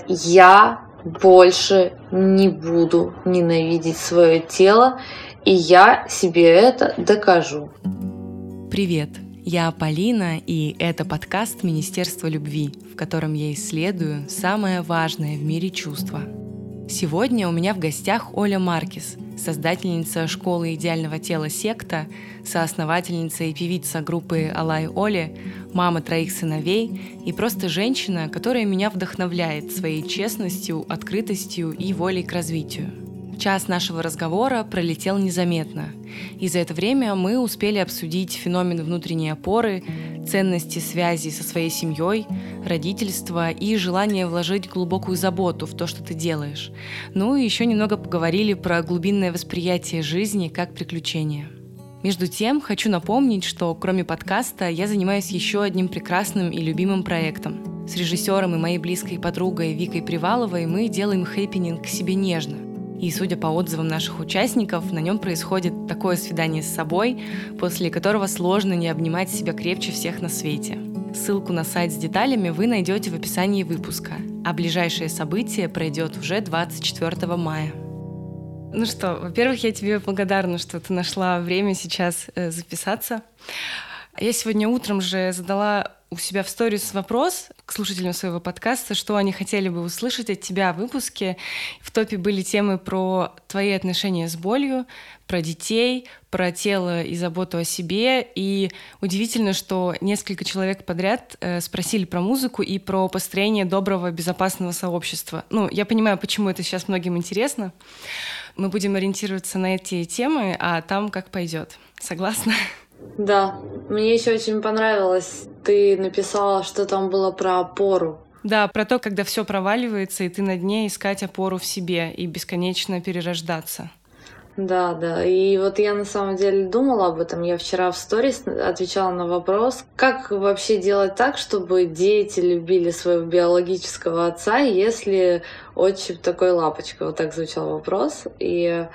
я больше не буду ненавидеть свое тело, и я себе это докажу. Привет, я Полина, и это подкаст Министерства любви, в котором я исследую самое важное в мире чувство. Сегодня у меня в гостях Оля Маркес, создательница школы идеального тела «Секта», соосновательница и певица группы «Алай Оли», мама 3 сыновей и просто женщина, которая меня вдохновляет своей честностью, открытостью и волей к развитию. Час нашего разговора пролетел незаметно, и за это время мы успели обсудить феномен внутренней опоры, ценности связи со своей семьей, родительство и желание вложить глубокую заботу в то, что ты делаешь. Ну и еще немного поговорили про глубинное восприятие жизни как приключения. Между тем, хочу напомнить, что кроме подкаста я занимаюсь еще одним прекрасным и любимым проектом. С режиссером и моей близкой подругой Викой Приваловой мы делаем хэппининг «Себе нежно». И, судя по отзывам наших участников, на нем происходит такое свидание с собой, после которого сложно не обнимать себя крепче всех на свете. Ссылку на сайт с деталями вы найдете в описании выпуска, а ближайшее событие пройдет уже 24 мая. Ну что, во-первых, я тебе благодарна, что ты нашла время сейчас записаться. Я сегодня утром же задала у себя в сторис вопрос к слушателям своего подкаста, что они хотели бы услышать от тебя в выпуске. В топе были темы про твои отношения с болью, про детей, про тело и заботу о себе. И удивительно, что несколько человек подряд спросили про музыку и про построение доброго, безопасного сообщества. Ну, я понимаю, почему это сейчас многим интересно. Мы будем ориентироваться на эти темы, а там как пойдет. Согласна? Да, мне еще очень понравилось, ты написала, что там было про опору. Да, про то, когда все проваливается, и ты на дне искать опору в себе и бесконечно перерождаться. Да, и вот я на самом деле думала об этом. Я вчера в сторис отвечала на вопрос, как вообще делать так, чтобы дети любили своего биологического отца, если отчим такой лапочка. Вот так звучал вопрос. И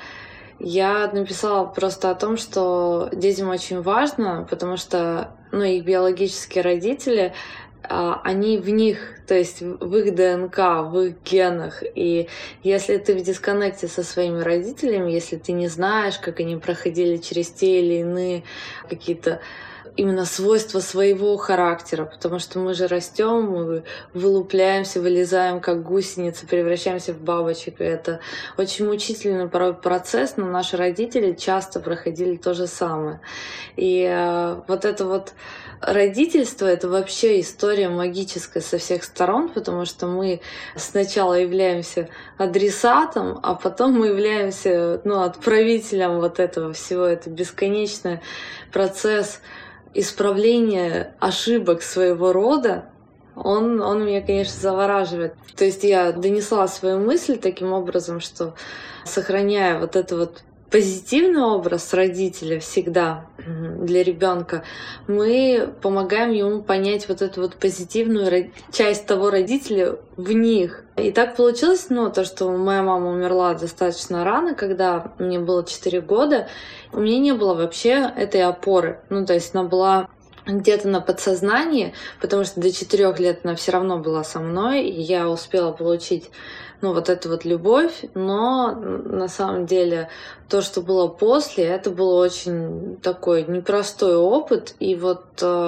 я написала просто о том, что детям очень важно, потому что их биологические родители, они в них, то есть в их ДНК, в их генах. И если ты в дисконнекте со своими родителями, если ты не знаешь, как они проходили через те или иные какие-то именно свойства своего характера, потому что мы же растем, мы вылупляемся, вылезаем как гусеницы, превращаемся в бабочек, и это очень мучительный порой процесс, но наши родители часто проходили то же самое. И вот это вот родительство — это вообще история магическая со всех сторон, потому что мы сначала являемся адресатом, а потом мы являемся отправителем вот этого всего. Это бесконечный процесс исправления ошибок своего рода. Он меня, конечно, завораживает. То есть я донесла свою мысль таким образом, что, сохраняя вот это вот позитивный образ родителя всегда для ребенка, мы помогаем ему понять вот эту вот позитивную часть того родителя в них. И так получилось, то, что моя мама умерла достаточно рано, когда мне было 4 года, у меня не было вообще этой опоры. То есть она была где-то на подсознании, потому что до 4 лет она все равно была со мной, и я успела получить вот эту вот любовь, но на самом деле то, что было после, это был очень такой непростой опыт, и вот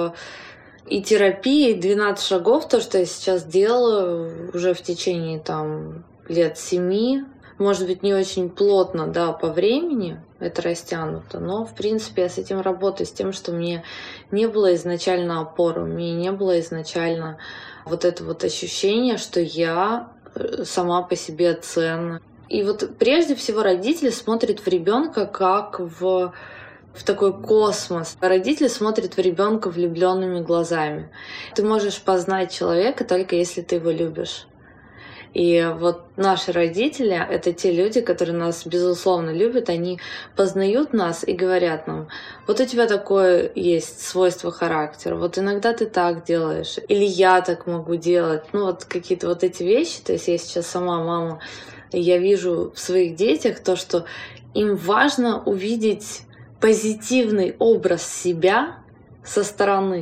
и терапия, и 12 шагов, то, что я сейчас делаю уже в течение лет 7, может быть, не очень плотно, да, по времени это растянуто, но, в принципе, я с этим работаю, с тем, что мне не было изначально опоры, у меня не было изначально вот это вот ощущение, что я сама по себе ценна. И вот прежде всего родители смотрят в ребенка как в такой космос. Родители смотрят в ребенка влюбленными глазами. Ты можешь познать человека только если ты его любишь. И вот наши родители — это те люди, которые нас, безусловно, любят. Они познают нас и говорят нам: вот у тебя такое есть свойство характера, вот иногда ты так делаешь, или я так могу делать. Вот какие-то вот эти вещи. То есть я сейчас сама мама, и я вижу в своих детях то, что им важно увидеть позитивный образ себя со стороны.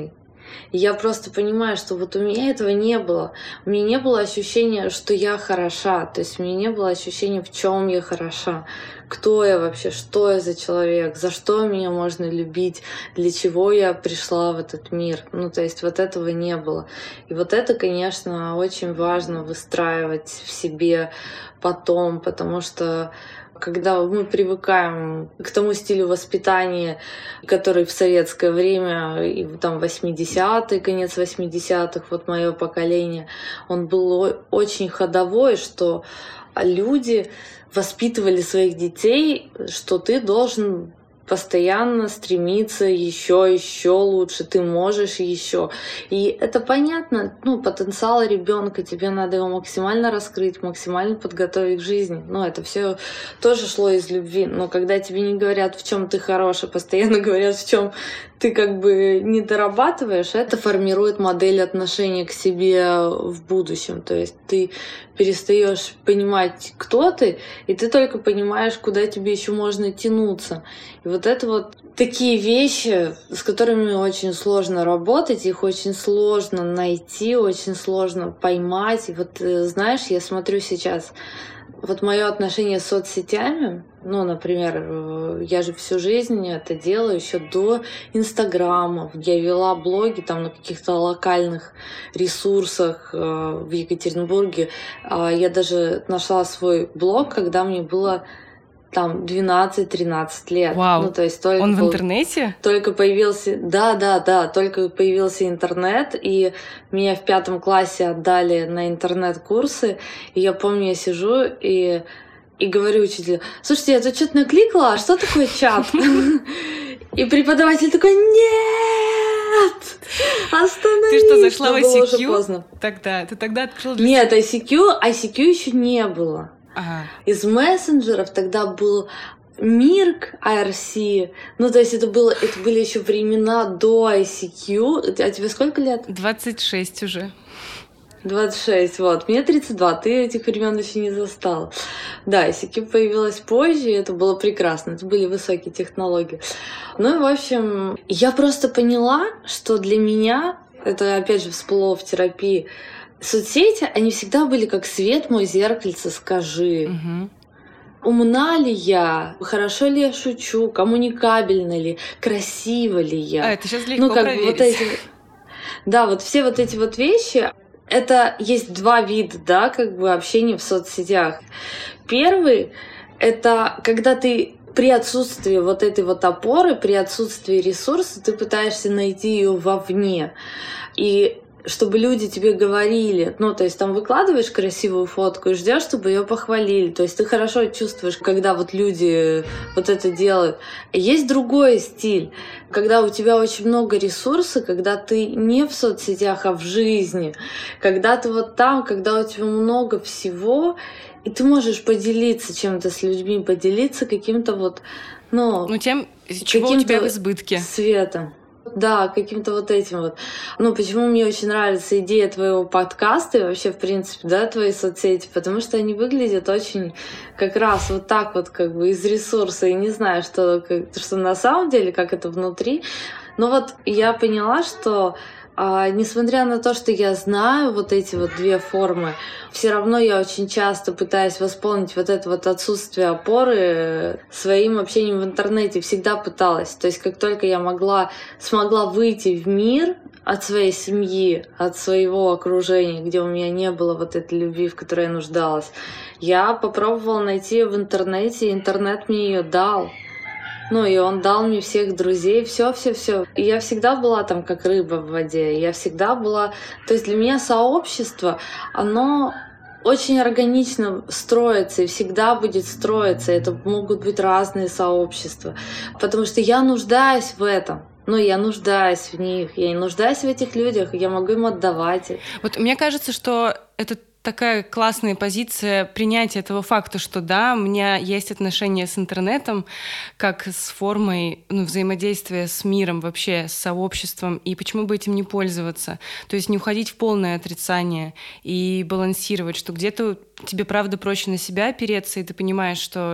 И я просто понимаю, что вот у меня этого не было. У меня не было ощущения, что я хороша. То есть у меня не было ощущения, в чем я хороша. Кто я вообще, что я за человек, за что меня можно любить, для чего я пришла в этот мир. Ну, то есть вот этого не было. И вот это, конечно, очень важно выстраивать в себе потом, потому что когда мы привыкаем к тому стилю воспитания, который в советское время, и там 80-е, конец 80-х, вот мое поколение, он был очень ходовой, что люди воспитывали своих детей, что ты должен постоянно стремиться еще лучше, ты можешь еще. И это понятно, потенциал ребенка, тебе надо его максимально раскрыть, максимально подготовить к жизни. Это все тоже шло из любви. Но когда тебе не говорят, в чем ты хорош, а постоянно говорят, в чем ты как бы не дорабатываешь, это формирует модель отношения к себе в будущем. То есть ты перестаешь понимать, кто ты, и ты только понимаешь, куда тебе еще можно тянуться. И вот это вот такие вещи, с которыми очень сложно работать, их очень сложно найти, очень сложно поймать. И вот знаешь, я смотрю сейчас, вот мое отношение с соцсетями, например, я же всю жизнь это делаю еще до Инстаграма. Я вела блоги там на каких-то локальных ресурсах в Екатеринбурге. Я даже нашла свой блог, когда мне было там 12-13 лет. Вау. То есть только он в интернете? Только появился... Да, только появился интернет, и меня в 5 классе отдали на интернет-курсы, и я помню, я сижу и говорю учителю: слушайте, я тут что-то накликала, а что такое чат? И преподаватель такой: нет! Остановись! Ты что, зашла в было уже ICQ? поздно. Ты тогда открыла для Нет, ICQ еще не было. Ага. Из мессенджеров тогда был Mirk, IRC. То есть это были еще времена до ICQ. А тебе сколько лет? 26 уже. 26, вот. Мне 32, ты этих времен еще не застала. Да, ICQ появилась позже, и это было прекрасно, это были высокие технологии. И, в общем, я просто поняла, что для меня, это опять же всплыло в терапии, соцсети, они всегда были как свет мой, зеркальце, скажи. Угу. Умна ли я? Хорошо ли я шучу? Коммуникабельна ли? Красива ли я? Это сейчас легко проверить. Вот эти... Да, вот все вот эти вот вещи, это есть два вида, да, как бы общения в соцсетях. Первый — это когда ты при отсутствии вот этой вот опоры, при отсутствии ресурса, ты пытаешься найти ее вовне. И чтобы люди тебе говорили, то есть там выкладываешь красивую фотку и ждешь, чтобы ее похвалили. То есть ты хорошо чувствуешь, когда вот люди вот это делают. Есть другой стиль, когда у тебя очень много ресурсов, когда ты не в соцсетях, а в жизни, когда ты вот там, когда у тебя много всего, и ты можешь поделиться чем-то с людьми, поделиться каким-то вот, тем, чего у тебя в избытке. Светом. Да, каким-то вот этим вот. Почему мне очень нравится идея твоего подкаста и вообще, в принципе, да, твои соцсети, потому что они выглядят очень как раз вот так вот, как бы из ресурса, и не знаю, что на самом деле, как это внутри. Но вот я поняла, что несмотря на то, что я знаю вот эти вот две формы, все равно я очень часто пытаюсь восполнить вот это вот отсутствие опоры своим общением в интернете. Всегда пыталась. То есть как только я смогла выйти в мир от своей семьи, от своего окружения, где у меня не было вот этой любви, в которой я нуждалась, я попробовала найти ее в интернете, и интернет мне ее дал. И он дал мне всех друзей, все. И я всегда была там как рыба в воде. Я всегда была... То есть для меня сообщество, оно очень органично строится и всегда будет строиться. Это могут быть разные сообщества. Потому что я нуждаюсь в этом. Я нуждаюсь в них. Я не нуждаюсь в этих людях. Я могу им отдавать. Вот мне кажется, что это такая классная позиция принятия этого факта, что да, у меня есть отношения с интернетом как с формой взаимодействия с миром вообще, с сообществом, и почему бы этим не пользоваться? То есть не уходить в полное отрицание и балансировать, что где-то тебе правда проще на себя опереться, и ты понимаешь, что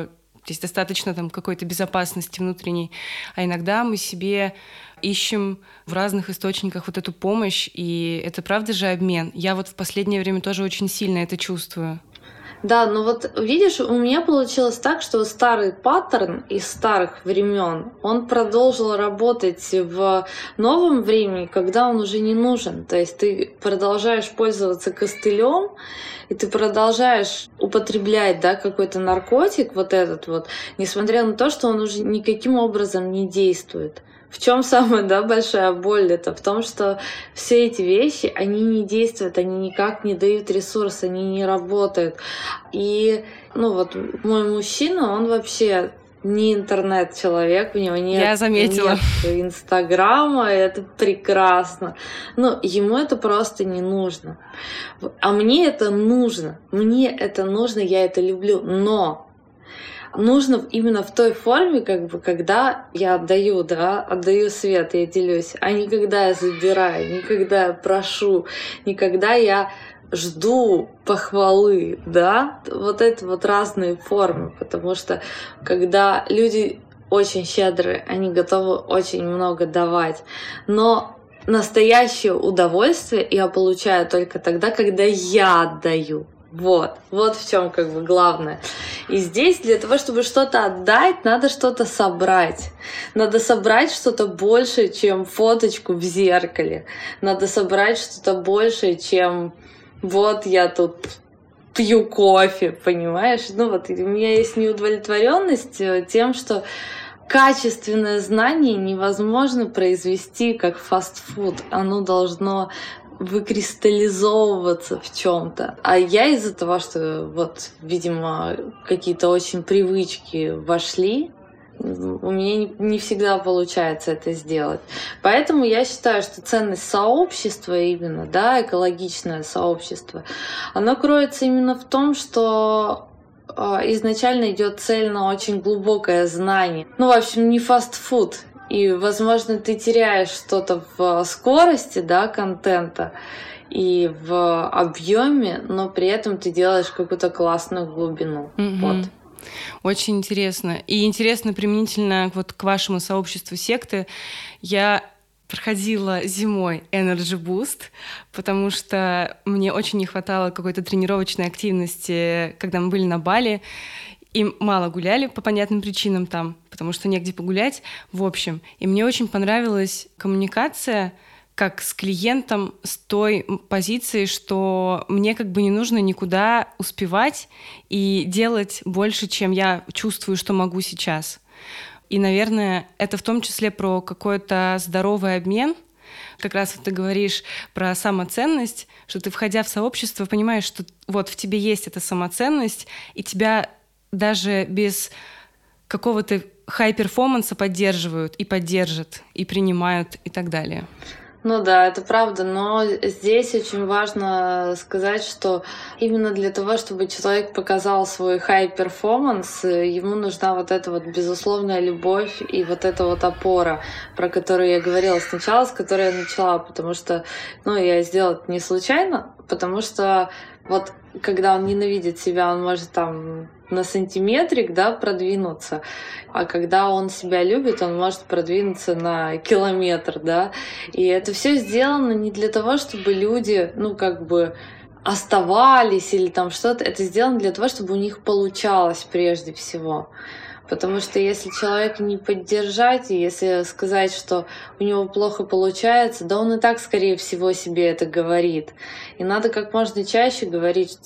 То есть достаточно там какой-то безопасности внутренней. А иногда мы себе ищем в разных источниках вот эту помощь, и это правда же обмен. Я вот в последнее время тоже очень сильно это чувствую. Да, ну вот видишь, у меня получилось так, что старый паттерн из старых времен, он продолжил работать в новом времени, когда он уже не нужен. То есть ты продолжаешь пользоваться костылем, и ты продолжаешь употреблять, да, какой-то наркотик, вот этот вот, несмотря на то, что он уже никаким образом не действует. В чем самая, да, большая боль? Это в том, что все эти вещи, они не действуют, они никак не дают ресурс, они не работают. И, ну вот, мой мужчина, он вообще не интернет-человек, у него нет, Я заметила. нет Инстаграма, это прекрасно. Но ему это просто не нужно. А мне это нужно. Мне это нужно, я это люблю. Но нужно именно в той форме, как бы, когда я отдаю, да, отдаю свет, я делюсь, а не когда я забираю, не когда я прошу, не когда я жду похвалы, да, вот это вот разные формы, потому что когда люди очень щедрые, они готовы очень много давать, но настоящее удовольствие я получаю только тогда, когда я отдаю. Вот в чем как бы главное. И здесь для того, чтобы что-то отдать, надо что-то собрать. Надо собрать что-то большее, чем фоточку в зеркале. Надо собрать что-то большее, чем вот я тут пью кофе, понимаешь? Ну вот у меня есть неудовлетворенность тем, что качественное знание невозможно произвести как фастфуд. Оно должно выкристаллизовываться в чем-то. А я из-за того, что вот, видимо, какие-то очень привычки вошли, у меня не всегда получается это сделать. Поэтому я считаю, что ценность сообщества именно, да, экологичное сообщество, оно кроется именно в том, что изначально идет цель на очень глубокое знание. Ну, в общем, не фастфуд. И, возможно, ты теряешь что-то в скорости, да, контента и в объеме, но при этом ты делаешь какую-то классную глубину. Вот. Очень интересно. И интересно применительно вот к вашему сообществу секты. Я проходила зимой Energy Boost, потому что мне очень не хватало какой-то тренировочной активности, когда мы были на Бали. И мало гуляли по понятным причинам там, потому что негде погулять. В общем, и мне очень понравилась коммуникация как с клиентом с той позиции, что мне как бы не нужно никуда успевать и делать больше, чем я чувствую, что могу сейчас. И, наверное, это в том числе про какой-то здоровый обмен. Как раз вот ты говоришь про самоценность, что ты, входя в сообщество, понимаешь, что вот в тебе есть эта самоценность, и тебя даже без какого-то хай-перформанса поддерживают и поддержат, и принимают, и так далее. Ну да, это правда, но здесь очень важно сказать, что именно для того, чтобы человек показал свой хай-перформанс, ему нужна вот эта вот безусловная любовь и вот эта вот опора, про которую я говорила сначала, с которой я начала, потому что, ну, я сделала это не случайно, потому что вот когда он ненавидит себя, он может там на сантиметрик, да, продвинуться, а когда он себя любит, он может продвинуться на километр, да, и это все сделано не для того, чтобы люди, ну, как бы оставались или там что-то, это сделано для того, чтобы у них получалось прежде всего. Потому что если человека не поддержать, и если сказать, что у него плохо получается, да он и так, скорее всего, себе это говорит. И надо как можно чаще говорить: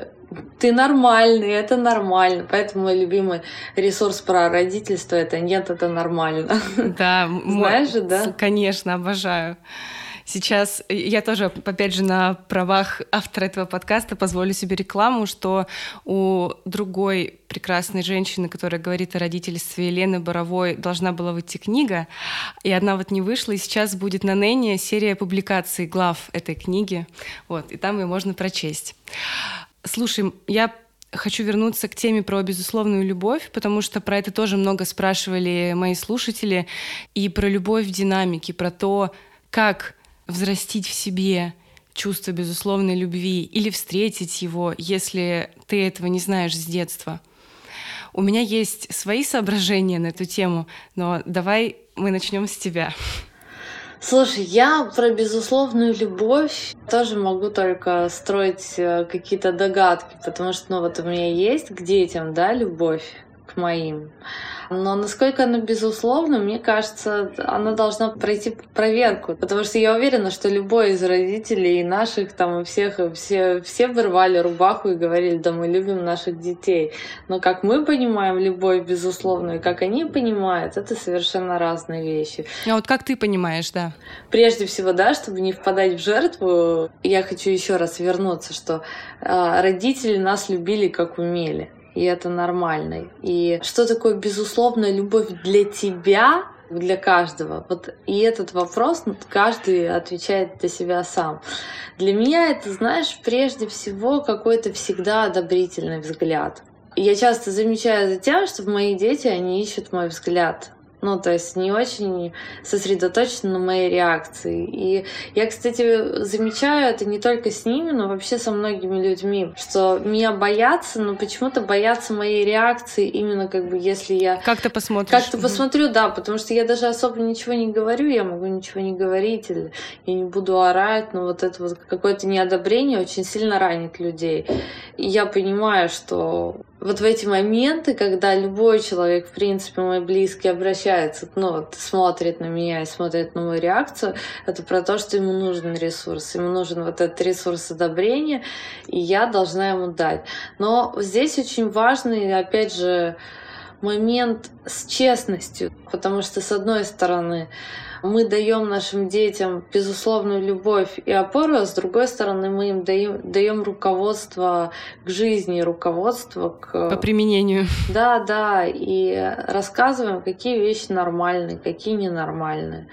ты нормальный, это нормально. Поэтому мой любимый ресурс про родительство — это «нет, это нормально». Да, знаешь же, да? Конечно, обожаю. Сейчас я тоже, опять же, на правах автора этого подкаста позволю себе рекламу, что у другой прекрасной женщины, которая говорит о родительстве, Елены Боровой, должна была выйти книга, и одна вот не вышла, и сейчас будет на Нэне серия публикаций глав этой книги, вот, и там ее можно прочесть. Слушай, я хочу вернуться к теме про безусловную любовь, потому что про это тоже много спрашивали мои слушатели, и про любовь в динамике, про то, как взрастить в себе чувство безусловной любви или встретить его, если ты этого не знаешь с детства. У меня есть свои соображения на эту тему, но давай мы начнем с тебя. Слушай, я про безусловную любовь тоже могу только строить какие-то догадки, потому что, вот у меня есть к детям, да, любовь к моим. Но насколько она безусловна, мне кажется, она должна пройти проверку. Потому что я уверена, что любой из родителей и наших там, и все бы рвали рубаху и говорили: да, мы любим наших детей. Но как мы понимаем любовь безусловную, и как они понимают, это совершенно разные вещи. А вот как ты понимаешь, да? Прежде всего, да, чтобы не впадать в жертву, я хочу еще раз вернуться, что родители нас любили как умели. И это нормально. И что такое безусловная любовь для тебя, для каждого? Вот и этот вопрос каждый отвечает для себя сам. Для меня это, знаешь, прежде всего какой-то всегда одобрительный взгляд. Я часто замечаю за тем, что мои дети, они ищут мой взгляд. То есть не очень сосредоточены на моей реакции. И я, кстати, замечаю это не только с ними, но вообще со многими людьми, что меня боятся, но почему-то боятся моей реакции именно если я... Как-то посмотришь. Как-то посмотрю, да, потому что я даже особо ничего не говорю, я могу ничего не говорить, или я не буду орать, но вот это вот какое-то неодобрение очень сильно ранит людей. И я понимаю, что вот в эти моменты, когда любой человек, в принципе, мой близкий, обращается, смотрит на меня и смотрит на мою реакцию, это про то, что ему нужен ресурс. Ему нужен вот этот ресурс одобрения, и я должна ему дать. Но здесь очень важный, опять же, момент с честностью, потому что, с одной стороны, мы даем нашим детям безусловную любовь и опору, а с другой стороны, мы им даем руководство к жизни, руководство по применению. Да, и рассказываем, какие вещи нормальные, какие ненормальные.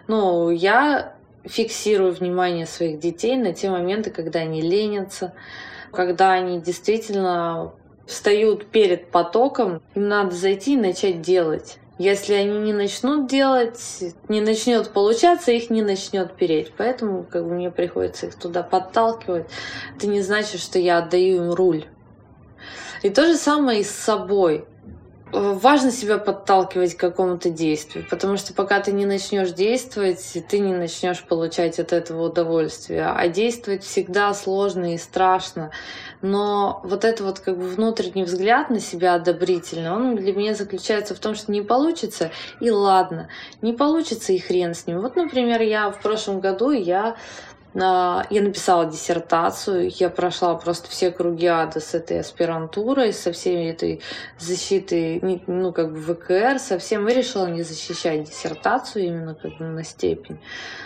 Я фиксирую внимание своих детей на те моменты, когда они ленятся, когда они действительно встают перед потоком, им надо зайти и начать делать. Если они не начнут делать, не начнет получаться, их не начнет переть. Поэтому мне приходится их туда подталкивать. Это не значит, что я отдаю им руль. И то же самое и с собой. Важно себя подталкивать к какому-то действию, потому что пока ты не начнешь действовать, ты не начнешь получать от этого удовольствие. А действовать всегда сложно и страшно. Но вот этот внутренний взгляд на себя одобрительный, он для меня заключается в том, что не получится, и ладно. Не получится, и хрен с ним. Вот, например, я в прошлом году я написала диссертацию, я прошла просто все круги ада с этой аспирантурой, со всей этой защитой, ВКР, совсем и решила не защищать диссертацию именно на степень.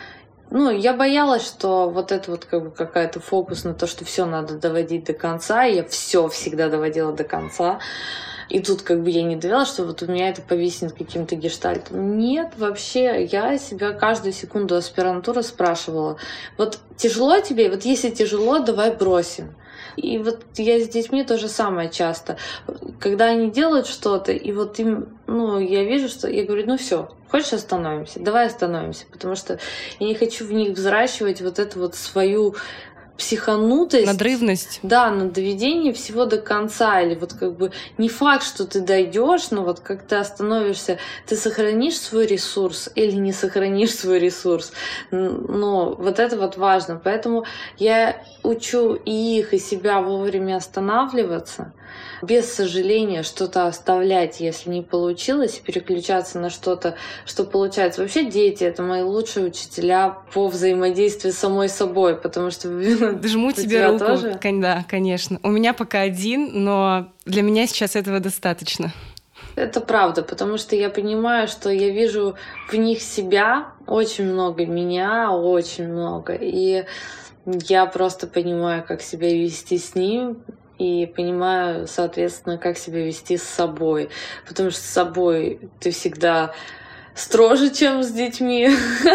Я боялась, что вот это какая-то фокус на то, что все надо доводить до конца, и я все всегда доводила до конца. И тут я не довела, что вот у меня это повиснет каким-то гештальтом. Нет, вообще, я себя каждую секунду аспирантуры спрашивала: вот тяжело тебе? Вот если тяжело, давай бросим. И вот я с детьми то же самое часто. Когда они делают что-то, и вот им, я вижу, что я говорю: все, хочешь остановимся? Давай остановимся. Потому что я не хочу в них взращивать вот эту свою психанутость. Надрывность. Да, на доведение всего до конца. Или не факт, что ты дойдешь, но как ты остановишься, ты сохранишь свой ресурс или не сохранишь свой ресурс. Но вот это важно. Поэтому я учу и их, и себя вовремя останавливаться, без сожаления что-то оставлять, если не получилось, переключаться на что-то, что получается. Вообще дети — это мои лучшие учителя по взаимодействию с самой собой, потому что... Жму тебе руку. Тоже? Да, конечно. У меня пока один, но для меня сейчас этого достаточно. Это правда, потому что я понимаю, что я вижу в них себя, очень много меня, очень много. И я просто понимаю, как себя вести с ним, и понимаю, соответственно, как себя вести с собой. Потому что с собой ты всегда строже, чем с детьми.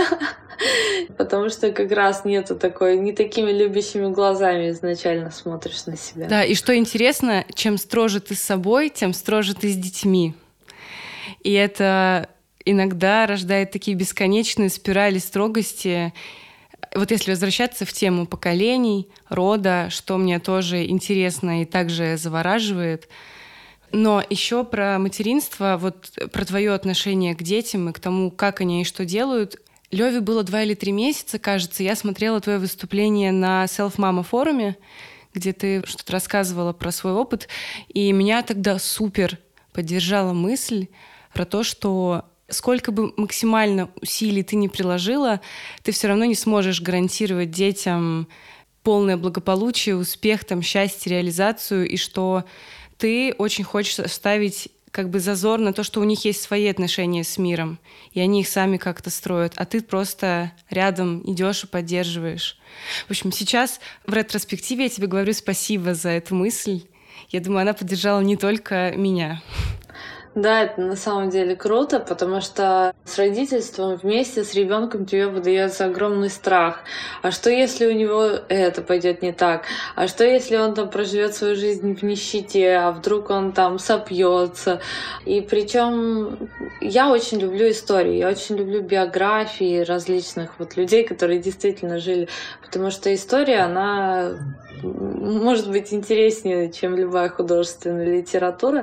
Потому что как раз нету такой, не такими любящими глазами изначально смотришь на себя. Да, и что интересно, чем строже ты с собой, тем строже ты с детьми. И это иногда рождает такие бесконечные спирали строгости. Вот если возвращаться в тему поколений, рода, что мне тоже интересно и также завораживает, Но еще про материнство, вот про твое отношение к детям и к тому, как они и что делают. Леве было 2 или 3 месяца, кажется. Я смотрела твое выступление на Self Mama форуме, где ты что-то рассказывала про свой опыт. И меня тогда супер поддержала мысль про то, что сколько бы максимально усилий ты ни приложила, ты все равно не сможешь гарантировать детям полное благополучие, успех, счастье, реализацию, и что ты очень хочешь оставить как бы зазор на то, что у них есть свои отношения с миром, и они их сами как-то строят, а ты просто рядом идешь и поддерживаешь. В общем, сейчас в ретроспективе я тебе говорю спасибо за эту мысль. Я думаю, она поддержала не только меня. Да, это на самом деле круто, потому что с родительством вместе с ребенком тебе выдается огромный страх. А что если у него это пойдет не так? А что если он проживет свою жизнь в нищете, а вдруг он сопьется? И причем я очень люблю истории, я очень люблю биографии различных людей, которые действительно жили, потому что история, она может быть интереснее, чем любая художественная литература.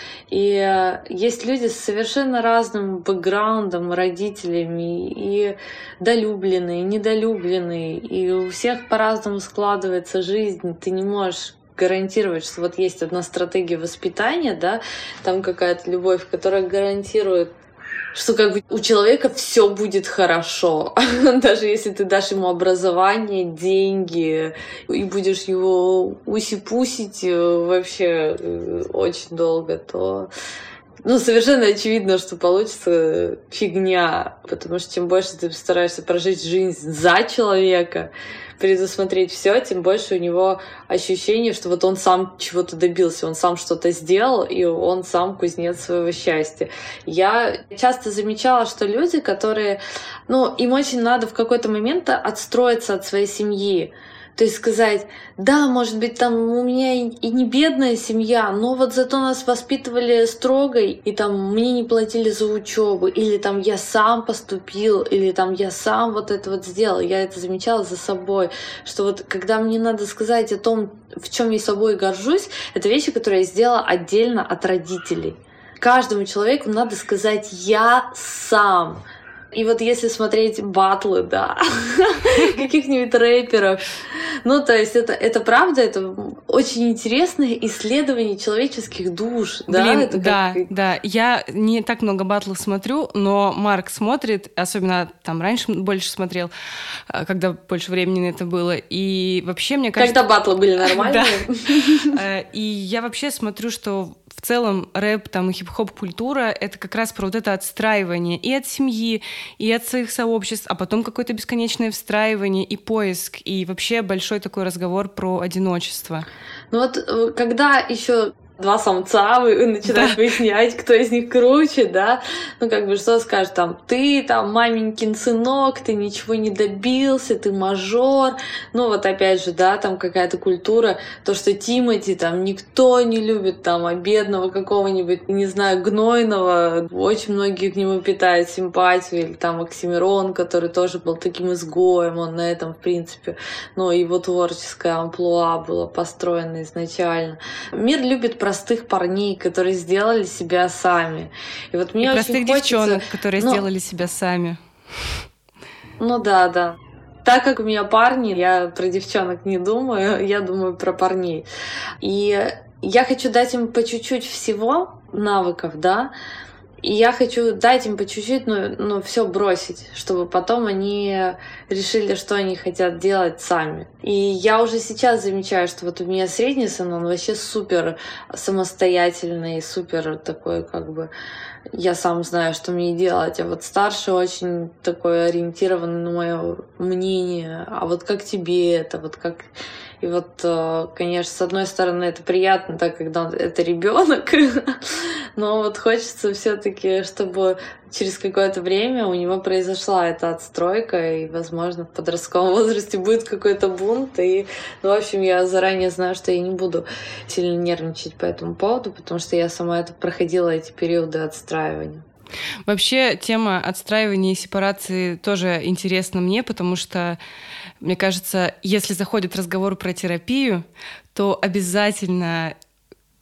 И есть люди с совершенно разным бэкграундом, родителями, и долюбленные, и недолюбленные, и у всех по-разному складывается жизнь. Ты не можешь гарантировать, что есть одна стратегия воспитания, да, там какая-то любовь, которая гарантирует, что у человека все будет хорошо. Даже если ты дашь ему образование, деньги и будешь его уси-пусить вообще очень долго, то совершенно очевидно, что получится фигня, потому что чем больше ты стараешься прожить жизнь за человека, предусмотреть все, тем больше у него ощущение, что он сам чего-то добился, он сам что-то сделал, и он сам кузнец своего счастья. Я часто замечала, что люди, которые, им очень надо в какой-то момент отстроиться от своей семьи. То есть сказать, да, может быть, у меня и не бедная семья, но зато нас воспитывали строго, и мне не платили за учебу, или я сам поступил, или я сам это сделал. Я это замечала за собой, что когда мне надо сказать о том, в чем я собой горжусь, это вещи, которые я сделала отдельно от родителей. Каждому человеку надо сказать «я сам». И если смотреть батлы, да, каких-нибудь рэперов, то есть это правда, это очень интересное исследование человеческих душ. Блин, да. Я не так много батлов смотрю, но Марк смотрит, особенно раньше больше смотрел, когда больше времени на это было. И вообще, мне кажется... Когда батлы были нормальные. И я вообще смотрю, что в целом рэп и хип-хоп культура — это как раз про это отстраивание и от семьи, и от своих сообществ, а потом какое-то бесконечное встраивание и поиск, и вообще большой такой разговор про одиночество. Когда еще два самца, вы начинаете выяснять, кто из них круче, да, что скажет, ты, маменькин сынок, ты ничего не добился, ты мажор, опять же, да, какая-то культура, то, что Тимати, никто не любит, а бедного какого-нибудь, не знаю, гнойного, очень многие к нему питают симпатию, или Оксимирон, который тоже был таким изгоем, он на этом, в принципе, его творческое амплуа было построено изначально. Мир любит простых парней, которые сделали себя сами. И мне и очень простых хочется... девчонок, которые сделали себя сами. Да. Так как у меня парни, я про девчонок не думаю, я думаю про парней. И я хочу дать им по чуть-чуть всего навыков, да, и я хочу дать им по чуть-чуть, но все бросить, чтобы потом они решили, что они хотят делать сами. И я уже сейчас замечаю, что у меня средний сын, он вообще супер самостоятельный, супер такой я сам знаю, что мне делать, а старший очень такой ориентированный на мое мнение, а как тебе это, как... И конечно, с одной стороны, это приятно, так, когда это ребенок, но хочется все-таки, чтобы через какое-то время у него произошла эта отстройка, и, возможно, в подростковом возрасте будет какой-то бунт. И, в общем, я заранее знаю, что я не буду сильно нервничать по этому поводу, потому что я сама проходила эти периоды отстраивания. Вообще, тема отстраивания и сепарации тоже интересна мне, потому что, мне кажется, если заходит разговор про терапию, то обязательно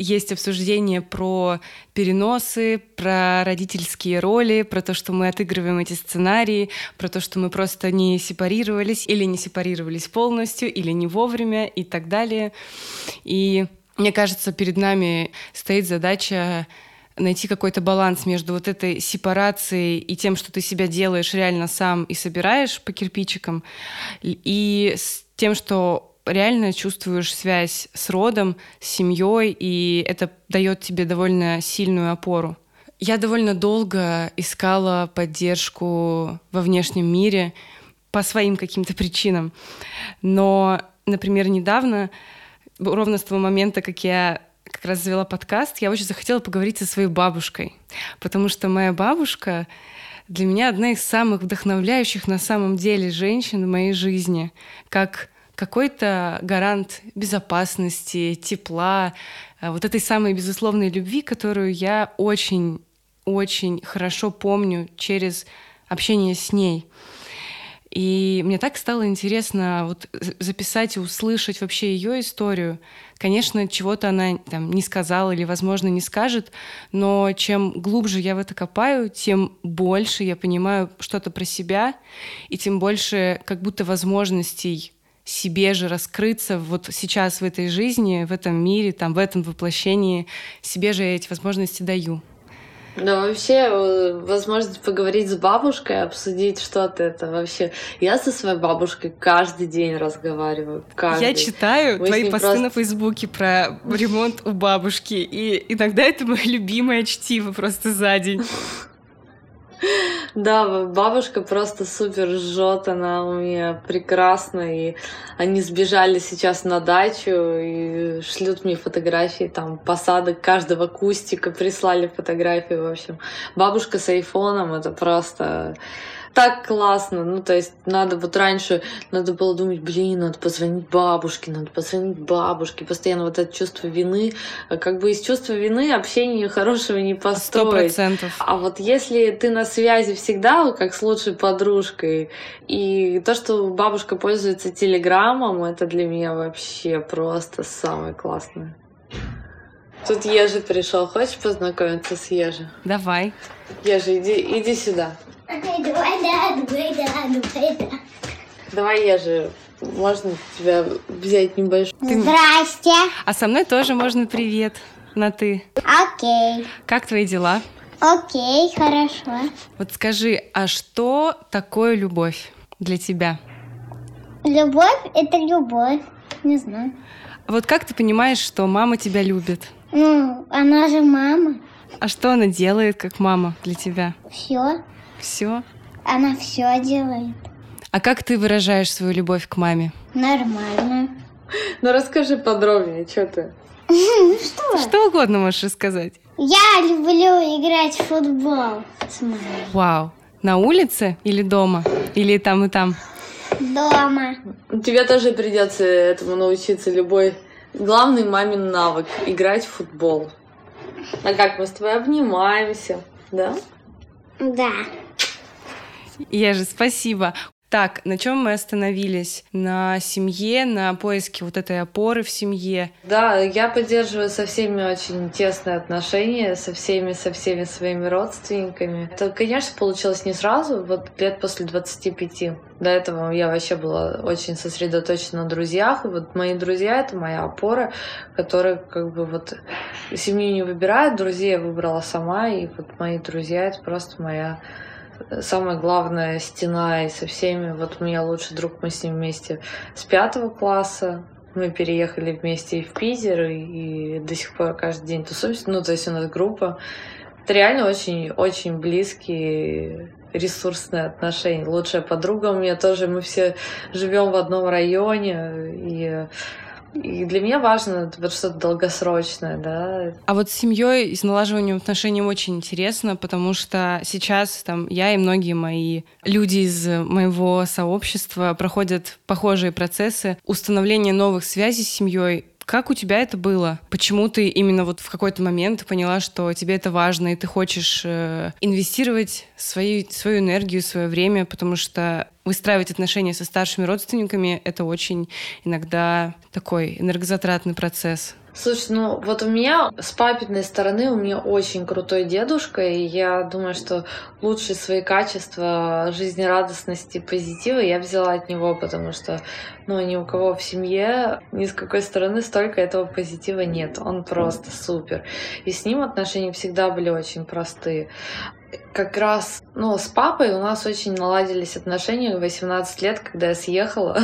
есть обсуждение про переносы, про родительские роли, про то, что мы отыгрываем эти сценарии, про то, что мы просто не сепарировались или не сепарировались полностью, или не вовремя и так далее. И мне кажется, перед нами стоит задача найти какой-то баланс между вот этой сепарацией и тем, что ты себя делаешь реально сам и собираешь по кирпичикам, и с тем, что реально чувствуешь связь с родом, с семьей, и это дает тебе довольно сильную опору. Я довольно долго искала поддержку во внешнем мире по своим каким-то причинам. Но, например, недавно, ровно с того момента, как я как раз завела подкаст, я очень захотела поговорить со своей бабушкой, потому что моя бабушка для меня одна из самых вдохновляющих на самом деле женщин в моей жизни, как какой-то гарант безопасности, тепла, вот этой самой безусловной любви, которую я очень хорошо помню через общение с ней. И мне так стало интересно вот записать и услышать вообще ее историю. Конечно, чего-то она там не сказала или, возможно, не скажет, но чем глубже я в это копаю, тем больше я понимаю что-то про себя, и тем больше как будто возможностей себе же раскрыться вот сейчас в этой жизни, в этом мире, там, в этом воплощении. Себе же я эти возможности даю. Да, вообще, возможность поговорить с бабушкой, обсудить что-то, это вообще... Я со своей бабушкой каждый день разговариваю. Я читаю твои посты на Фейсбуке про ремонт у бабушки, и иногда это мое любимое чтиво просто за день. Да, бабушка просто супер жжет, она у меня прекрасна, и они сбежали сейчас на дачу и шлют мне фотографии там посадок каждого кустика, прислали фотографии, в общем. Бабушка с айфоном, это просто так классно. Ну, то есть надо вот раньше, надо было думать, надо позвонить бабушке. Постоянно вот это чувство вины. Как бы из чувства вины общение хорошего не построить. 100%. А вот если ты на связи всегда, как с лучшей подружкой, и то, что бабушка пользуется телеграммом, это для меня вообще просто самое классное. Тут Ежи пришел. Хочешь познакомиться с Ежи? Давай. Ежи, иди сюда. Давай, Ежи, можно тебя взять небольшой? Здрасте. А со мной тоже можно привет на ты. Окей. Как твои дела? Окей, хорошо. Вот скажи, а что такое любовь для тебя? Любовь — это любовь. Не знаю. Вот как ты понимаешь, что мама тебя любит? Ну, она же мама. А что она делает, как мама, для тебя? Все. Все? Она все делает. А как ты выражаешь свою любовь к маме? Нормально. Ну расскажи подробнее, что ты? Что? Что угодно можешь рассказать. Я люблю играть в футбол с мамой. Вау. На улице или дома? Или там и там? Дома. Тебе тоже придется этому научиться. Любой главный мамин навык — играть в футбол. А как мы с тобой обнимаемся, да? Да. Ежи, спасибо. Так, на чем мы остановились? На семье, на поиске вот этой опоры в семье. Да, я поддерживаю со всеми очень тесные отношения, со всеми своими родственниками. Это, конечно, получилось не сразу, вот лет после 25. До этого я вообще была очень сосредоточена на друзьях. И вот мои друзья — это моя опора, которая как бы вот семью не выбирает, друзей я выбрала сама, и вот мои друзья — это просто моя самая главная стена, и со всеми. Вот у меня лучший друг, мы с ним вместе с 5 класса. Мы переехали вместе и в Питер, и до сих пор каждый день тусуемся. Ну, то есть у нас группа. Это реально очень близкие, ресурсные отношения. Лучшая подруга у меня тоже. Мы все живем в одном районе, и для меня важно вот что-то долгосрочное, да. А вот с семьей и с налаживанием отношений очень интересно, потому что сейчас там я и многие мои люди из моего сообщества проходят похожие процессы установления новых связей с семьей. Как у тебя это было? Почему ты именно вот в какой-то момент поняла, что тебе это важно, и ты хочешь инвестировать свою энергию, свое время, потому что выстраивать отношения со старшими родственниками — это очень иногда такой энергозатратный процесс. Слушай, ну вот у меня с папиной стороны у меня очень крутой дедушка, и я думаю, что лучшие свои качества жизнерадостности, позитива я взяла от него, потому что ни у кого в семье ни с какой стороны столько этого позитива нет. Он просто супер. И с ним отношения всегда были очень простые. Как раз, с папой у нас очень наладились отношения в 18 лет, когда я съехала.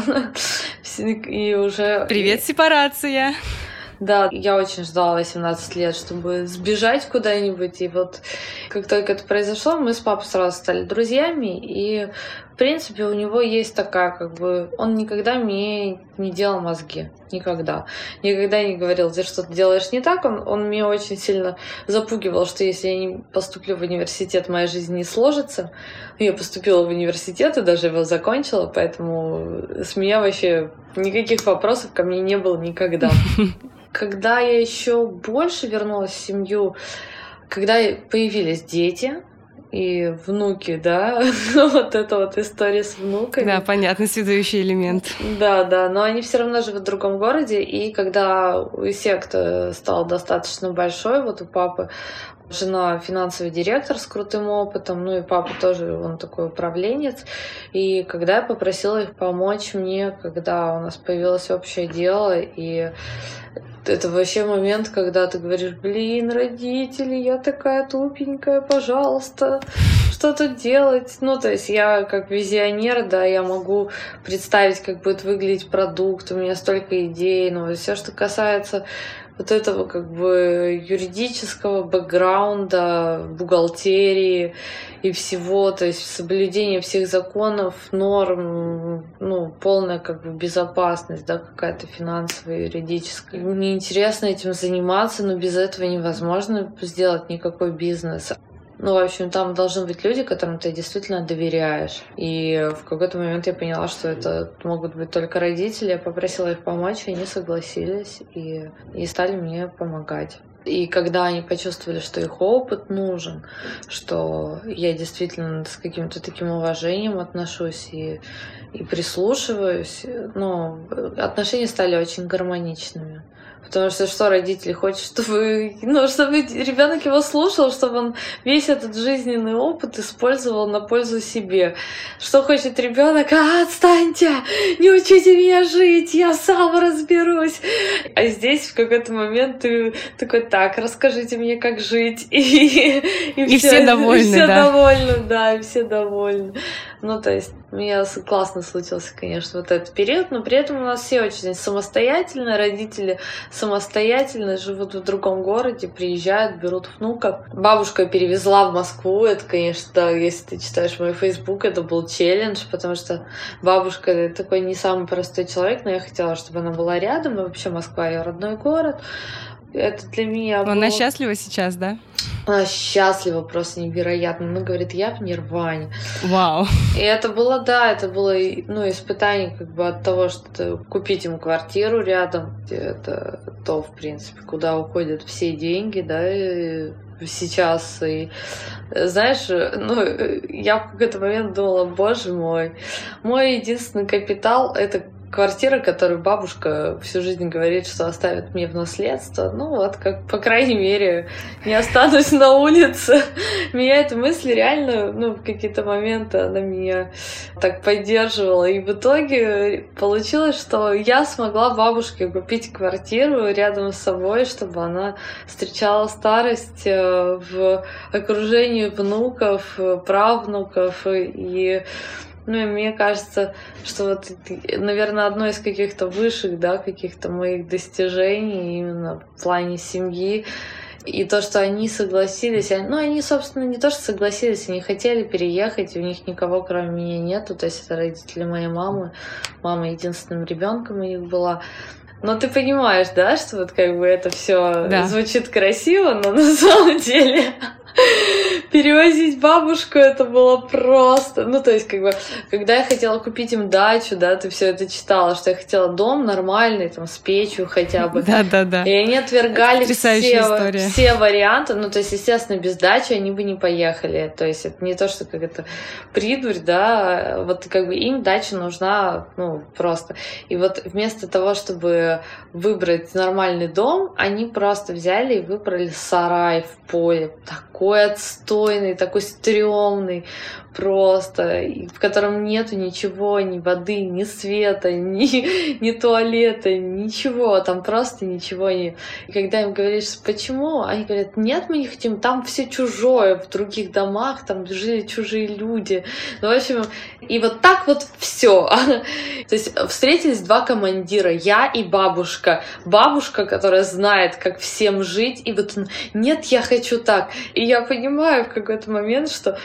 И уже... Привет, сепарация! Да, я очень ждала 18 лет, чтобы сбежать куда-нибудь. И вот как только это произошло, мы с папой сразу стали друзьями. И, в принципе, у него есть такая, он никогда мне не делал мозги. Никогда. Никогда не говорил, ты что-то делаешь не так. Он меня очень сильно запугивал, что если я не поступлю в университет, моя жизнь не сложится. Я поступила в университет и даже его закончила, поэтому с меня вообще никаких вопросов ко мне не было никогда. Когда я еще больше вернулась в семью, когда появились дети и внуки, да, вот эта вот история с внуками. Да, понятно, следующий элемент. Да, но они все равно живут в другом городе, и когда секта стала достаточно большой, вот у папы жена финансовый директор с крутым опытом, и папа тоже, он такой управленец. И когда я попросила их помочь мне, когда у нас появилось общее дело, и это вообще момент, когда ты говоришь, родители, я такая тупенькая, пожалуйста, что тут делать? То есть я как визионер, да, я могу представить, как будет выглядеть продукт, у меня столько идей, но все, что касается вот этого юридического бэкграунда, бухгалтерии и всего, то есть соблюдение всех законов, норм, полная безопасность, да, какая-то финансовая, юридическая. Мне интересно этим заниматься, но без этого невозможно сделать никакой бизнес. В общем, там должны быть люди, которым ты действительно доверяешь. И в какой-то момент я поняла, что это могут быть только родители. Я попросила их помочь, и они согласились и стали мне помогать. И когда они почувствовали, что их опыт нужен, что я действительно с каким-то таким уважением отношусь и прислушиваюсь, отношения стали очень гармоничными. Потому что родители хотят, чтобы ребенок его слушал, чтобы он весь этот жизненный опыт использовал на пользу себе. Что хочет ребенок? Отстаньте! Не учите меня жить! Я сам разберусь! А здесь в какой-то момент ты такой, так, расскажите мне, как жить. И все довольны, все довольны, да, и все довольны. То есть у меня классно случился, конечно, вот этот период, но при этом у нас все очень самостоятельные, родители самостоятельно живут в другом городе, приезжают, берут внуков. Бабушка перевезла в Москву, это, конечно, да, если ты читаешь мой Facebook, это был челлендж, потому что бабушка такой не самый простой человек, но я хотела, чтобы она была рядом, и вообще Москва ее родной город. Это для меня было... Она счастлива сейчас, да? Она счастлива просто невероятно. Она говорит, я в нирване. Вау. И это было, испытание от того, что купить ему квартиру рядом. Это то, в принципе, куда уходят все деньги, да, и сейчас. И знаешь, я в какой-то момент думала, боже мой единственный капитал — это квартира, которую бабушка всю жизнь говорит, что оставит мне в наследство. Как, по крайней мере, не останусь на улице. Меня эта мысль реально, в какие-то моменты она меня так поддерживала. И в итоге получилось, что я смогла бабушке купить квартиру рядом с собой, чтобы она встречала старость в окружении внуков, правнуков. И мне кажется, что наверное, одно из каких-то высших, да, каких-то моих достижений именно в плане семьи. И то, что они согласились, они, собственно, не то, что согласились, они хотели переехать, и у них никого, кроме меня, нету. То есть это родители моей мамы. Мама единственным ребенком у них была. Но ты понимаешь, да, что это все звучит красиво, но на самом деле перевозить бабушку, это было просто... Ну, то есть, как бы, когда я хотела купить им дачу, да, ты все это читала, что я хотела дом нормальный, там, с печью хотя бы. Да. И они отвергали все варианты. Ну, то есть, естественно, без дачи они бы не поехали. То есть, это не то, что как это придурь, да, вот как бы им дача нужна, ну, просто. И вот вместо того, чтобы выбрать нормальный дом, они просто взяли и выбрали сарай в поле. Такой отстойный, такой стрёмный просто, в котором нету ничего, ни воды, ни света, ни туалета, ничего, там просто ничего не... И когда им говоришь, почему, они говорят, нет, мы не хотим, там все чужое, в других домах, там жили чужие люди. Ну, в общем, и вот так вот все. То есть встретились два командира, я и бабушка. Бабушка, которая знает, как всем жить, и вот нет, я хочу так. И я понимаю в какой-то момент, что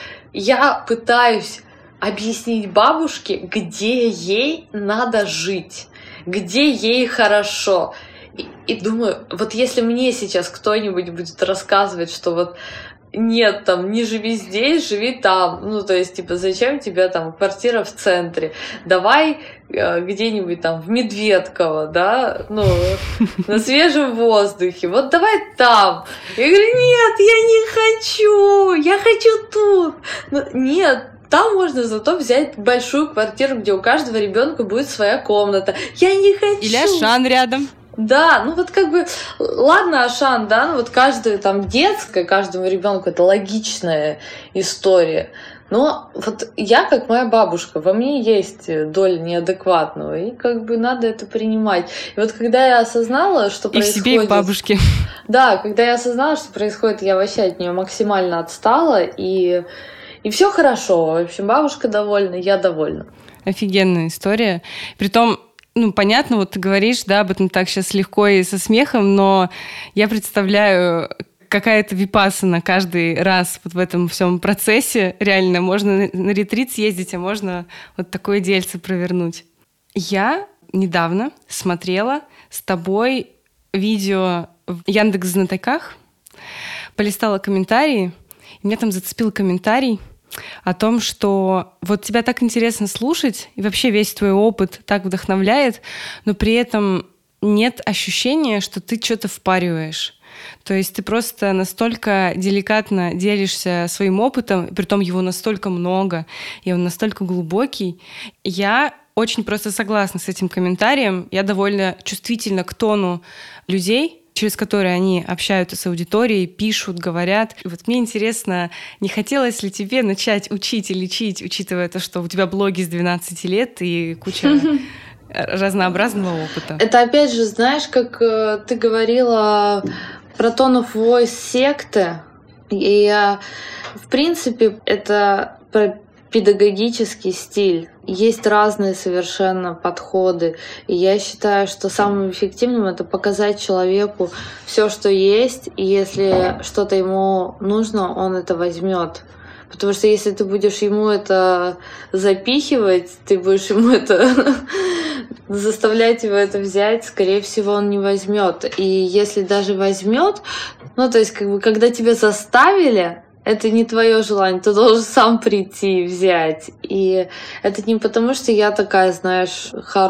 я пытаюсь объяснить бабушке, где ей надо жить, где ей хорошо. И думаю, вот если мне сейчас кто-нибудь будет рассказывать, что вот нет, там, не живи здесь, живи там. Ну, то есть, типа, зачем тебе там квартира в центре? Давай где-нибудь там в Медведково, да, ну, на свежем воздухе. Вот давай там. Я говорю, нет, я не хочу, я хочу тут. Ну, нет, там можно зато взять большую квартиру, где у каждого ребенка будет своя комната. Я не хочу. Или Ашан рядом. Да, ну вот как бы, ладно, Ашан, да, ну вот каждая там детская, каждому ребенку это логичная история. Но вот я, как моя бабушка, во мне есть доля неадекватного, и как бы надо это принимать. И вот когда я осознала, что происходит... И в себе, и в бабушке. Да, когда я осознала, что происходит, я вообще от нее максимально отстала, и все хорошо. В общем, бабушка довольна, я довольна. Офигенная история. Притом, ну, понятно, вот ты говоришь, да, об этом так сейчас легко и со смехом, но я представляю, какая-то випассана каждый раз вот в этом всем процессе. Реально, можно на ретрит съездить, а можно вот такое дельце провернуть. Я недавно смотрела с тобой видео в Яндекс.Знатоках, полистала комментарии, и меня там зацепил комментарий о том, что вот тебя так интересно слушать, и вообще весь твой опыт так вдохновляет, но при этом нет ощущения, что ты что-то впариваешь. То есть ты просто настолько деликатно делишься своим опытом, и притом его настолько много, и он настолько глубокий. Я очень просто согласна с этим комментарием. Я довольно чувствительна к тону людей, через которые они общаются с аудиторией, пишут, говорят. И вот мне интересно, не хотелось ли тебе начать учить и лечить, учитывая то, что у тебя блоги с 12 лет и куча разнообразного опыта? Это опять же, знаешь, как ты говорила про tone of voice секты. И в принципе это про педагогический стиль. Есть разные совершенно подходы. И я считаю, что самым эффективным это показать человеку все, что есть. И если что-то ему нужно, он это возьмет. Потому что если ты будешь ему это запихивать, ты будешь ему это заставлять его это взять, скорее всего, он не возьмет. И если даже возьмет, ну, то есть, как бы, когда тебя заставили, это не твое желание, ты должен сам прийти и взять. И это не потому, что я такая, знаешь,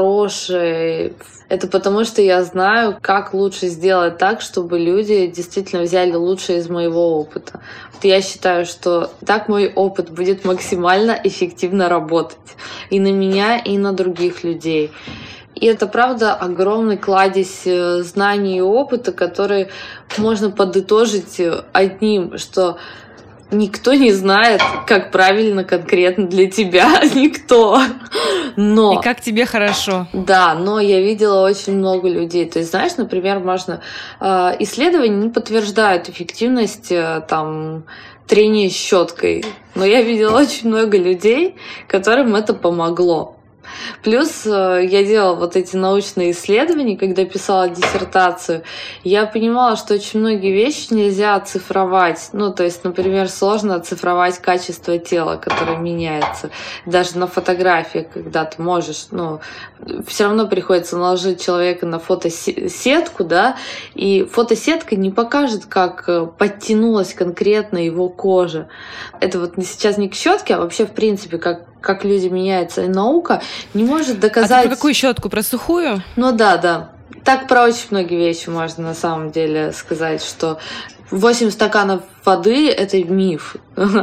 хорошая. Это потому, что я знаю, как лучше сделать так, чтобы люди действительно взяли лучшее из моего опыта. Вот я считаю, что так мой опыт будет максимально эффективно работать. И на меня, и на других людей. И это, правда, огромный кладезь знаний и опыта, который можно подытожить одним, что никто не знает, как правильно конкретно для тебя. Никто. Но... И как тебе хорошо. Да, но я видела очень много людей. То есть, знаешь, например, можно... исследования не подтверждают эффективность там, трения щеткой. Но я видела очень много людей, которым это помогло. Плюс я делала вот эти научные исследования, когда писала диссертацию, я понимала, что очень многие вещи нельзя оцифровать. Ну, то есть, например, сложно оцифровать качество тела, которое меняется. Даже на фотографиях, когда ты можешь, все равно приходится наложить человека на фотосетку, да, и фотосетка не покажет, как подтянулась конкретно его кожа. Это вот сейчас не к щетке, а вообще, в принципе, как люди меняются. И наука не может доказать... А ты про какую щетку? Про сухую? Ну да. Так про очень многие вещи можно на самом деле сказать, что 8 стаканов воды – это миф.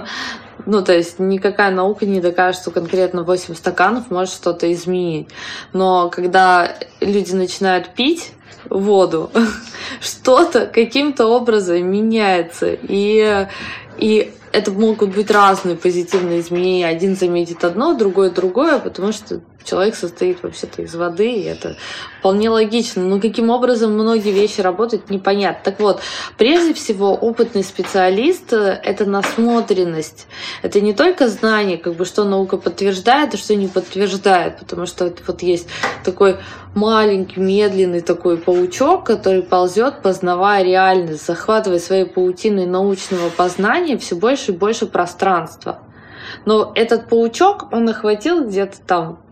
Ну, то есть никакая наука не докажет, что конкретно 8 стаканов может что-то изменить. Но когда люди начинают пить воду, что-то каким-то образом меняется. И это могут быть разные позитивные изменения. Один заметит одно, другой другое, потому что человек состоит вообще-то из воды, и это вполне логично. Но каким образом многие вещи работают, непонятно. Так вот, прежде всего, опытный специалист – это насмотренность. Это не только знание, что наука подтверждает, а что не подтверждает. Потому что вот есть такой маленький, медленный такой паучок, который ползет, познавая реальность, захватывая своей паутиной научного познания все больше и больше пространства. Но этот паучок, он охватил где-то там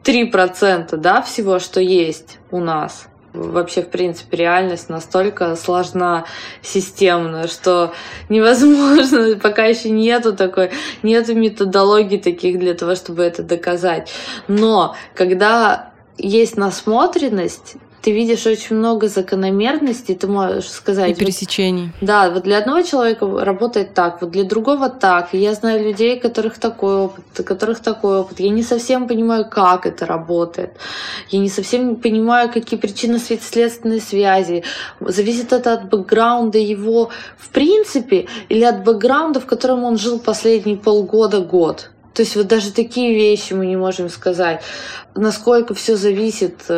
3%, да, всего, что есть у нас. Вообще, в принципе, реальность настолько сложна, системная, что невозможно, пока еще нету методологий таких для того, чтобы это доказать. Но когда есть насмотренность, ты видишь очень много закономерностей, ты можешь сказать... И пересечений. Да, вот для одного человека работает так, вот для другого так. И я знаю людей, у которых такой опыт. Я не совсем понимаю, как это работает. Я не совсем понимаю, какие причинно-следственные связи. Зависит это от бэкграунда его в принципе или от бэкграунда, в котором он жил последние полгода-год. То есть вот даже такие вещи мы не можем сказать, насколько все зависит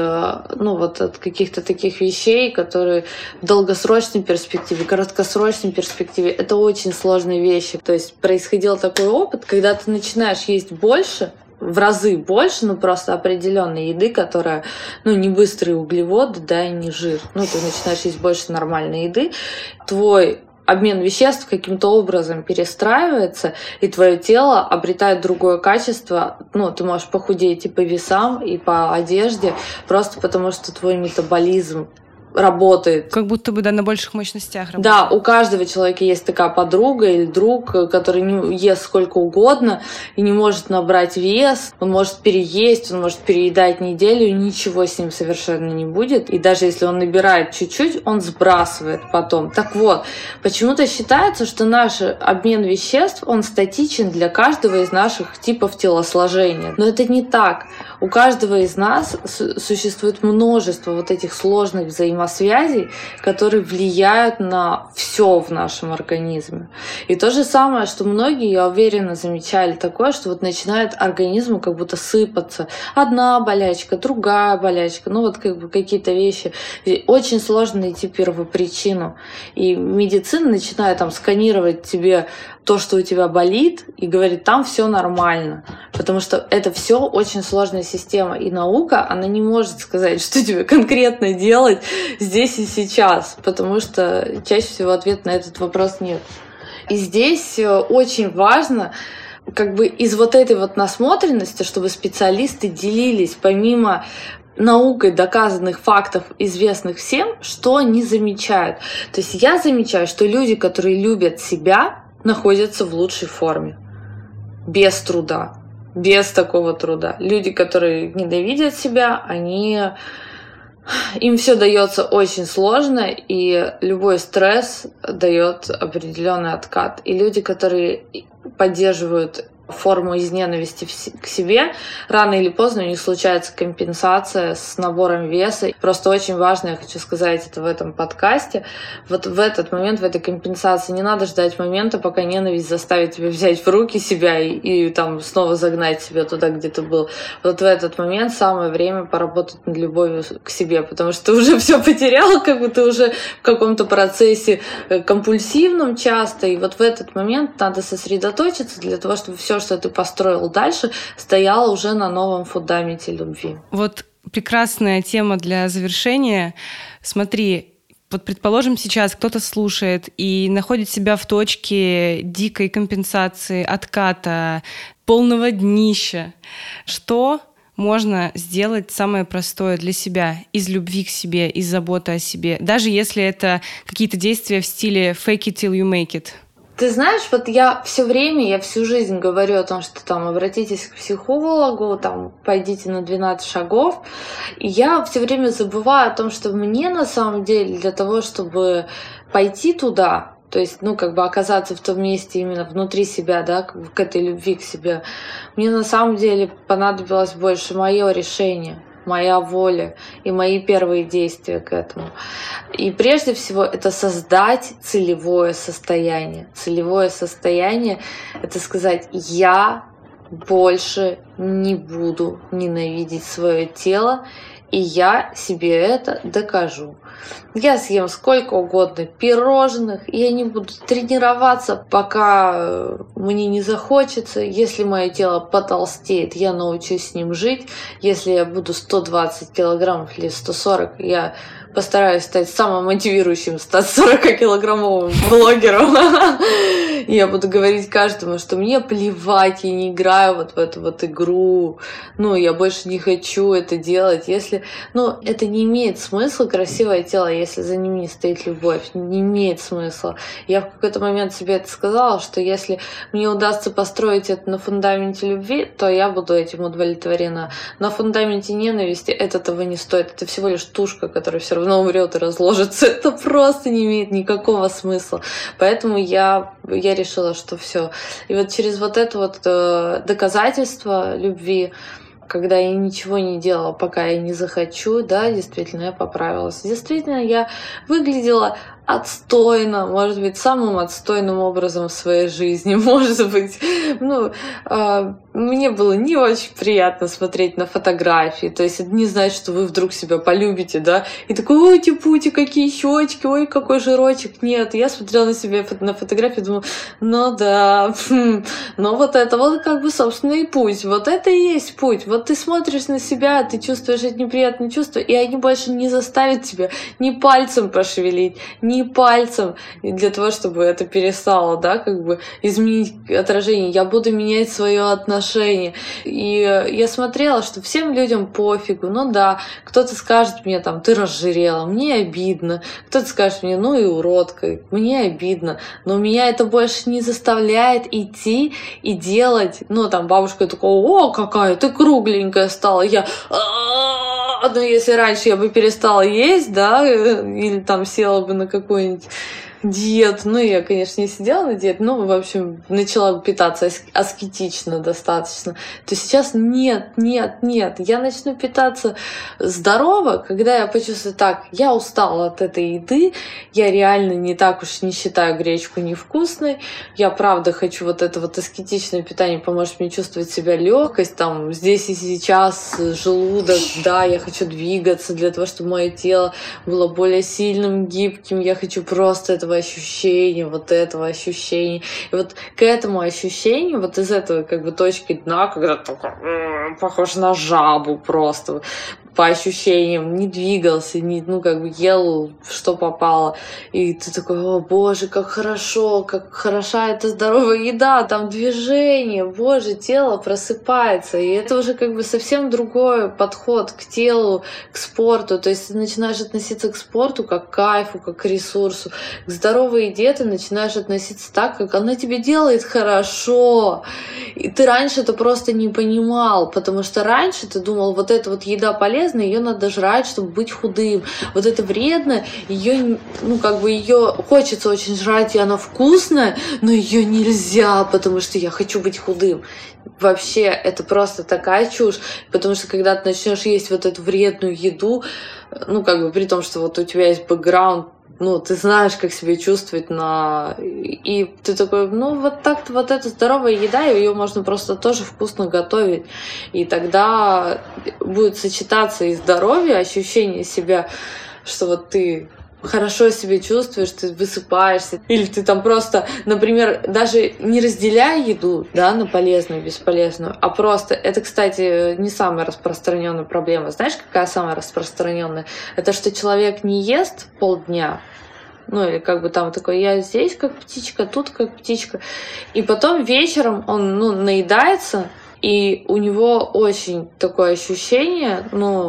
от каких-то таких вещей, которые в долгосрочной перспективе, краткосрочной перспективе, это очень сложные вещи. То есть происходил такой опыт, когда ты начинаешь есть больше, в разы больше, просто определенной еды, которая, не быстрые углеводы, да, и не жир. Ты начинаешь есть больше нормальной еды, твой обмен веществ каким-то образом перестраивается, и твое тело обретает другое качество. Ты можешь похудеть и по весам, и по одежде, просто потому что твой метаболизм работает. Как будто бы, на больших мощностях работает. Да, у каждого человека есть такая подруга или друг, который не ест сколько угодно и не может набрать вес, он может переесть, он может переедать неделю, и ничего с ним совершенно не будет. И даже если он набирает чуть-чуть, он сбрасывает потом. Так вот, почему-то считается, что наш обмен веществ, он статичен для каждого из наших типов телосложения. Но это не так. У каждого из нас существует множество вот этих сложных взаимосвязей, которые влияют на все в нашем организме. И то же самое, что многие, я уверена, замечали такое, что начинает организму как будто сыпаться. Одна болячка, другая болячка, какие-то вещи. И очень сложно найти первопричину. И медицина начинает сканировать тебе то, что у тебя болит, и говорит, там все нормально. Потому что это все очень сложная система. И наука, она не может сказать, что тебе конкретно делать здесь и сейчас. Потому что чаще всего ответа на этот вопрос нет. И здесь очень важно из этой насмотренности, чтобы специалисты делились помимо наукой доказанных фактов, известных всем, что они замечают. То есть я замечаю, что люди, которые любят себя, находятся в лучшей форме. Без труда. Без такого труда. Люди, которые ненавидят себя, им все дается очень сложно, и любой стресс дает определенный откат. И люди, которые поддерживают форму из ненависти к себе, рано или поздно у них случается компенсация с набором веса. Просто очень важно, я хочу сказать это в этом подкасте, в этот момент, в этой компенсации не надо ждать момента, пока ненависть заставит тебя взять в руки себя и снова загнать себя туда, где ты был. В этот момент самое время поработать над любовью к себе, потому что ты уже все потерял, ты уже в каком-то процессе компульсивном часто, и в этот момент надо сосредоточиться для того, чтобы все, все, что ты построил дальше, стояло уже на новом фундаменте любви. Вот прекрасная тема для завершения. Смотри, вот, предположим, сейчас кто-то слушает и находит себя в точке дикой компенсации, отката, полного днища. Что можно сделать самое простое для себя из любви к себе, из заботы о себе, даже если это какие-то действия в стиле fake it till you make it? Ты знаешь, вот я всю жизнь говорю о том, что там обратитесь к психологу, там пойдите на 12 шагов. И я все время забываю о том, что мне на самом деле для того, чтобы пойти туда, то есть, оказаться в том месте именно внутри себя, да, к этой любви к себе, мне на самом деле понадобилось больше мое решение, моя воля и мои первые действия к этому. И прежде всего это создать целевое состояние. Целевое состояние — это сказать: я больше не буду ненавидеть свое тело, и я себе это докажу. Я съем сколько угодно пирожных, и я не буду тренироваться, пока мне не захочется. Если мое тело потолстеет, я научусь с ним жить. Если я буду 120 килограммов или 140, я постараюсь стать самым мотивирующим 140-килограммовым блогером. Я буду говорить каждому, что мне плевать, я не играю вот в эту вот игру. Я больше не хочу это делать. Это не имеет смысла, красивое тело, если за ним не стоит любовь. Не имеет смысла. Я в какой-то момент себе это сказала, что если мне удастся построить это на фундаменте любви, то я буду этим удовлетворена. На фундаменте ненависти это того не стоит. Это всего лишь тушка, которая все равно умрет и разложится. Это просто не имеет никакого смысла. Поэтому я решила, что все. И вот через вот это вот доказательство любви, когда я ничего не делала, пока я не захочу, да, действительно, я поправилась. Действительно, я выглядела отстойно, может быть, самым отстойным образом в своей жизни, может быть. Мне было не очень приятно смотреть на фотографии, то есть это не значит, что вы вдруг себя полюбите, да, и такой: ой, типути, какие щечки, ой, какой жирочек. Нет, я смотрела на себя на фотографии, думаю: вот это вот собственный путь, вот это и есть путь. Вот ты смотришь на себя, ты чувствуешь эти неприятные чувства, и они больше не заставят тебя ни пальцем пошевелить, ни пальцем для того, чтобы это перестало, да, изменить отражение. Я буду менять свое отношение. И я смотрела, что всем людям пофигу. Кто-то скажет мне там: ты разжирела, мне обидно. Кто-то скажет мне: и уродка, мне обидно. Но меня это больше не заставляет идти и делать. Бабушка такая: о, какая ты кругленькая стала. Если раньше я бы перестала есть, да, или там села бы на какую-нибудь диету. Я, конечно, не сидела на диете, в общем, начала бы питаться аскетично достаточно. То сейчас нет. Я начну питаться здорово, когда я почувствую: так, я устала от этой еды, я реально не так уж не считаю гречку невкусной, я правда хочу вот это вот аскетичное питание, поможет мне чувствовать себя легкость, там, здесь и сейчас, желудок, да, я хочу двигаться для того, чтобы мое тело было более сильным, гибким, я хочу просто этого ощущения. И вот к этому ощущению, вот из этого точки дна, когда ты похож на жабу просто, по ощущениям, не двигался, ел, что попало. И ты такой: о боже, как хорошо, как хороша эта здоровая еда, там движение, боже, тело просыпается. И это уже совсем другой подход к телу, к спорту. То есть ты начинаешь относиться к спорту как к кайфу, как к ресурсу. К здоровой еде ты начинаешь относиться так, как она тебе делает хорошо. И ты раньше это просто не понимал, потому что раньше ты думал: вот эта вот еда полезная, ее надо жрать, чтобы быть худым. Вот это вредно, ее хочется очень жрать, и она вкусная, но ее нельзя, потому что я хочу быть худым. Вообще, это просто такая чушь, потому что когда ты начнешь есть вот эту вредную еду, при том, что вот у тебя есть бэкграунд, ты знаешь, как себя чувствовать и ты такой: вот так-то вот эта здоровая еда, ее можно просто тоже вкусно готовить. И тогда будет сочетаться и здоровье, ощущение себя, что вот ты хорошо себя чувствуешь, ты высыпаешься, или ты там просто, например, даже не разделяя еду, да, на полезную и бесполезную, а просто, это, кстати, не самая распространенная проблема. Знаешь, какая самая распространенная? Это что человек не ест полдня, ну, или как бы там такой, я здесь как птичка, тут как птичка. И потом вечером он, наедается, и у него очень такое ощущение,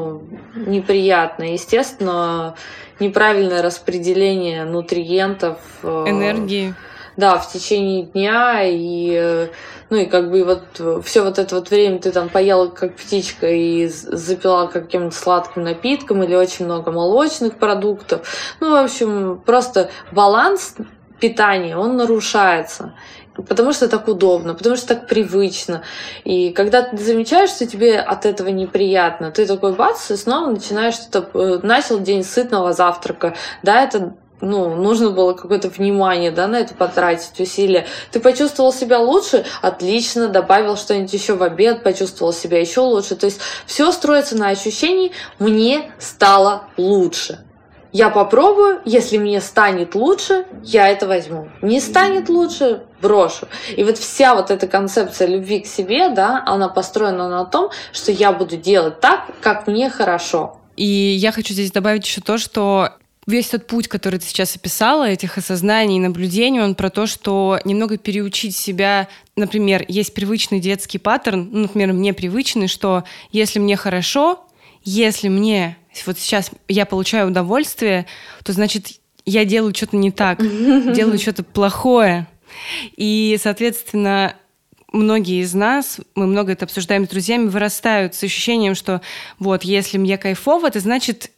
неприятное. Естественно, неправильное распределение нутриентов. Энергии. Да, в течение дня, и как бы вот все вот это вот время ты там поела как птичка и запила каким-то сладким напитком или очень много молочных продуктов. В общем, просто баланс питания, он нарушается. Потому что так удобно, потому что так привычно. И когда ты замечаешь, что тебе от этого неприятно, ты такой бац, и снова начинаешь что-то, начал день с сытного завтрака. Да, это нужно было какое-то внимание, да, на это потратить, усилия. Ты почувствовал себя лучше? Отлично, добавил что-нибудь еще в обед, почувствовал себя еще лучше. То есть все строится на ощущении «мне стало лучше». Я попробую, если мне станет лучше, я это возьму. Не станет лучше, брошу. И вот вся вот эта концепция любви к себе, да, она построена на том, что я буду делать так, как мне хорошо. И я хочу здесь добавить еще то, что весь тот путь, который ты сейчас описала, этих осознаний и наблюдений, он про то, что немного переучить себя. Например, есть привычный детский паттерн, например, мне привычный, что если мне хорошо, если мне вот сейчас я получаю удовольствие, то значит я делаю что-то не так, делаю что-то плохое. И, соответственно, многие из нас, мы много это обсуждаем с друзьями, вырастают с ощущением, что вот если мне кайфово, это значит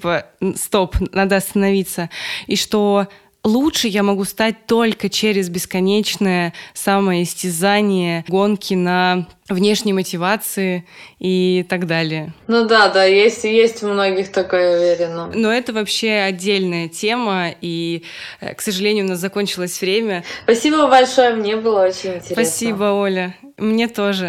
стоп, надо остановиться. И что лучше я могу стать только через бесконечное самоистязание, гонки на внешней мотивации и так далее. Да, есть у многих такое, я уверена. Но это вообще отдельная тема, и, к сожалению, у нас закончилось время. Спасибо большое, мне было очень интересно. Спасибо, Оля. Мне тоже.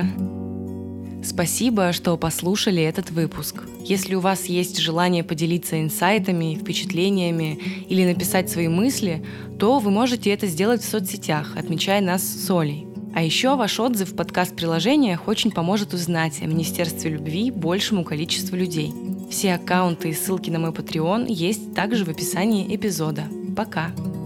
Спасибо, что послушали этот выпуск. Если у вас есть желание поделиться инсайтами, впечатлениями или написать свои мысли, то вы можете это сделать в соцсетях, отмечая нас с Олей. А еще ваш отзыв в подкаст-приложениях очень поможет узнать о Министерстве любви большему количеству людей. Все аккаунты и ссылки на мой Patreon есть также в описании эпизода. Пока!